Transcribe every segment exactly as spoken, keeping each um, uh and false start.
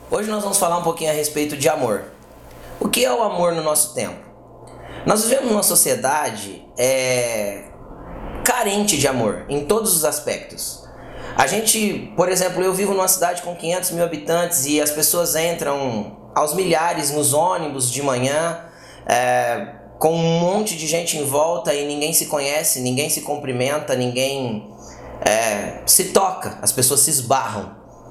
Hoje nós vamos falar um pouquinho a respeito de amor. O que é o amor no nosso tempo? Nós vivemos numa sociedade é, carente de amor em todos os aspectos. A gente, por exemplo, eu vivo numa cidade com quinhentos mil habitantes e as pessoas entram aos milhares nos ônibus de manhã, é, com um monte de gente em volta e ninguém se conhece, ninguém se cumprimenta, ninguém é, se toca, as pessoas se esbarram.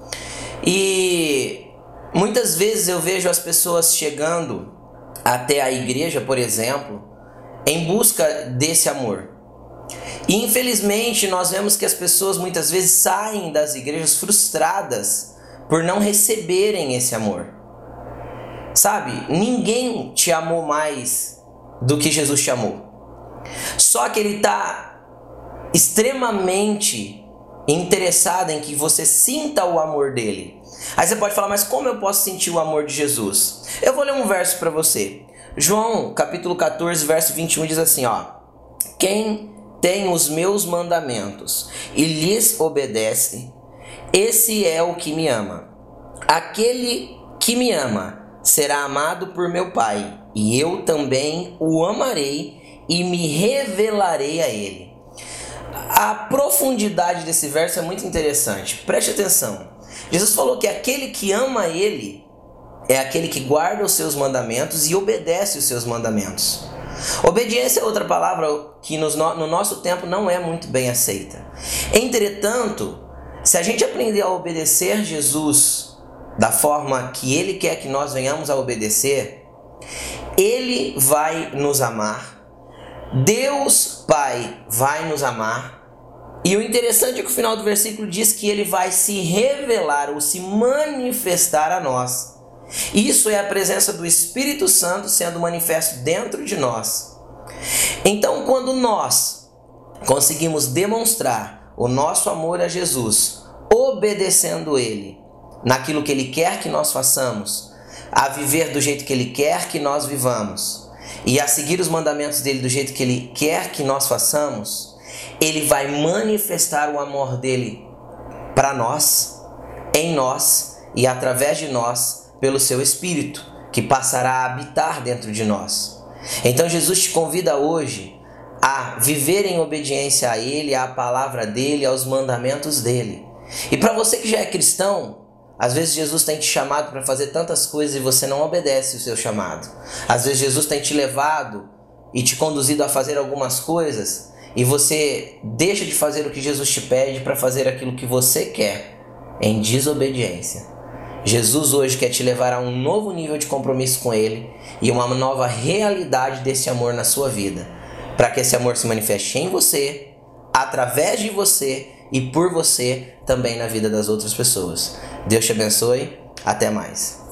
E muitas vezes eu vejo as pessoas chegando até a igreja, por exemplo, em busca desse amor. E infelizmente nós vemos que as pessoas muitas vezes saem das igrejas frustradas por não receberem esse amor. Sabe, ninguém te amou mais do que Jesus te amou. Só que Ele está extremamente interessado em que você sinta o amor dele. Aí você pode falar, mas como eu posso sentir o amor de Jesus? Eu vou ler um verso para você. João, capítulo catorze, verso vinte e um diz assim, ó: quem tem os meus mandamentos e lhes obedece, esse é o que me ama. Aquele que me ama será amado por meu Pai, e eu também o amarei e me revelarei a ele. A profundidade desse verso é muito interessante. Preste atenção. Jesus falou que aquele que ama ele é aquele que guarda os seus mandamentos e obedece os seus mandamentos. Obediência é outra palavra que nos, no nosso tempo não é muito bem aceita. Entretanto, se a gente aprender a obedecer Jesus da forma que Ele quer que nós venhamos a obedecer, Ele vai nos amar, Deus Pai vai nos amar, e o interessante é que o final do versículo diz que Ele vai se revelar ou se manifestar a nós. Isso é a presença do Espírito Santo sendo manifesto dentro de nós. Então, quando nós conseguimos demonstrar o nosso amor a Jesus, obedecendo Ele, naquilo que Ele quer que nós façamos, a viver do jeito que Ele quer que nós vivamos, e a seguir os mandamentos dEle do jeito que Ele quer que nós façamos, Ele vai manifestar o amor dEle para nós, em nós e através de nós, pelo seu Espírito, que passará a habitar dentro de nós. Então Jesus te convida hoje a viver em obediência a Ele, à palavra dEle, aos mandamentos dEle. E para você que já é cristão, às vezes Jesus tem te chamado para fazer tantas coisas e você não obedece o seu chamado. Às vezes Jesus tem te levado e te conduzido a fazer algumas coisas e você deixa de fazer o que Jesus te pede para fazer aquilo que você quer, em desobediência. Jesus hoje quer te levar a um novo nível de compromisso com Ele e uma nova realidade desse amor na sua vida, para que esse amor se manifeste em você, através de você e por você também na vida das outras pessoas. Deus te abençoe. Até mais.